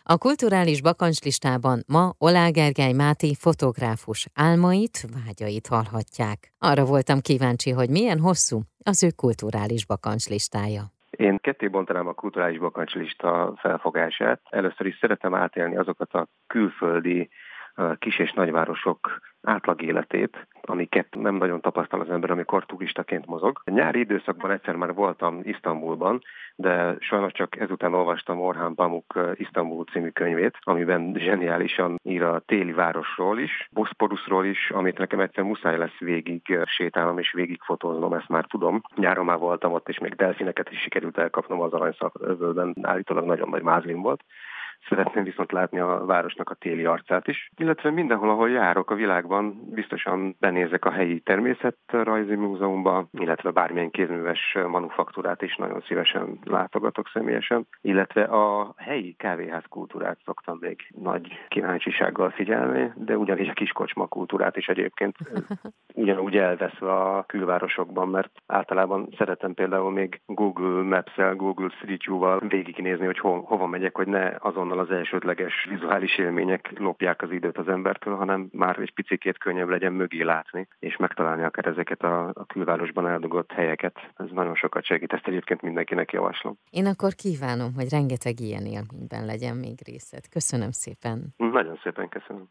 A kulturális bakancslistában ma Oláh Gergely Máté fotográfus álmait, vágyait hallhatják. Arra voltam kíváncsi, hogy milyen hosszú az ő kulturális bakancslistája. Én ketté bontanám a kulturális bakancslista felfogását. Először is szeretem átélni azokat a külföldi kis- és nagyvárosok átlag életét, amiket nem nagyon tapasztal az ember, amikor turistaként mozog. Nyári időszakban egyszer már voltam Isztambulban, de sajnos csak ezután olvastam Orhan Pamuk Isztambul című könyvét, amiben zseniálisan ír a téli városról is, Boszporuszról is, amit nekem egyszer muszáj lesz végig sétálnom és végig fotóznom, ezt már tudom. Nyáron már voltam ott, és még delfineket is sikerült elkapnom az aranyszakövölben, állítólag nagyon nagy mázlim volt. Szeretném viszont látni a városnak a téli arcát is, illetve mindenhol, ahol járok a világban, biztosan benézek a helyi természetrajzi múzeumba, illetve bármilyen kézműves manufaktúrát is nagyon szívesen látogatok személyesen, illetve a helyi kávéház kultúrát szoktam még nagy kíváncsisággal figyelni, de ugyanígy a kiskocsma kultúrát is egyébként ugyanúgy elveszve a külvárosokban, mert általában szeretem például még Google Maps-el, Google Street View-val végignézni, hogy hova megyek, hogy ne azonnal az elsődleges vizuális élmények lopják az időt az embertől, hanem már egy picikét könnyebb legyen mögé látni, és megtalálni akár ezeket a külvárosban eldugott helyeket. Ez nagyon sokat segít, ezt egyébként mindenkinek javaslom. Én akkor kívánom, hogy rengeteg ilyen élményben legyen még részed. Köszönöm szépen. Nagyon szépen köszönöm.